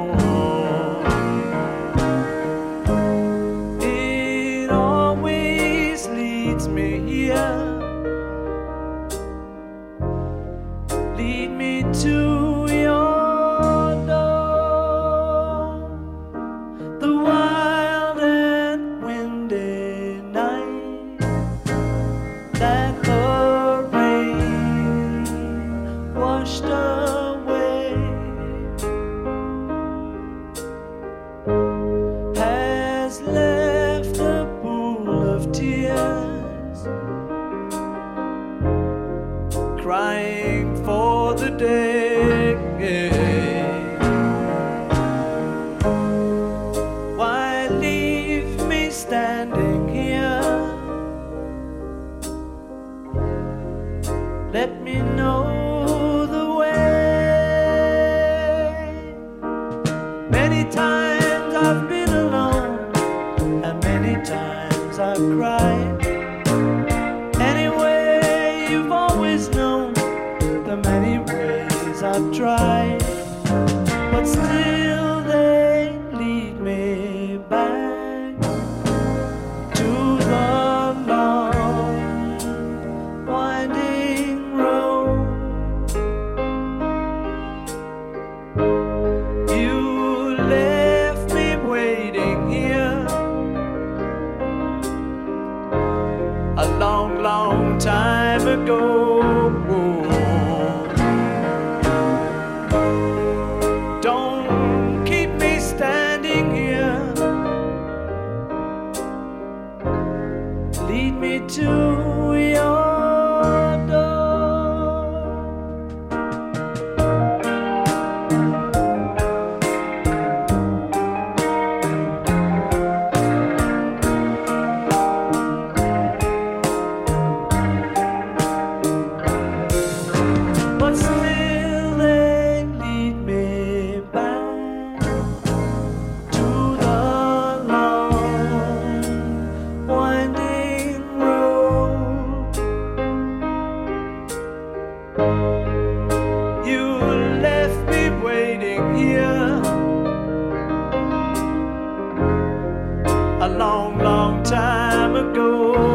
It always leads me here. Lead me to your door. The wild and windy night that the rain washed away has left a pool of tears, crying for the day. Why leave me standing here? Let me know the way. Many times I've been alone, and many times I've cried. Anyway, you've always known the many ways I've tried, but still they lead me back to the long winding road. You left me waiting here a long, long time ago. Don't keep me standing here. Lead me to your door. But still they lead me back to the long winding road. You left me waiting here a long, long time ago.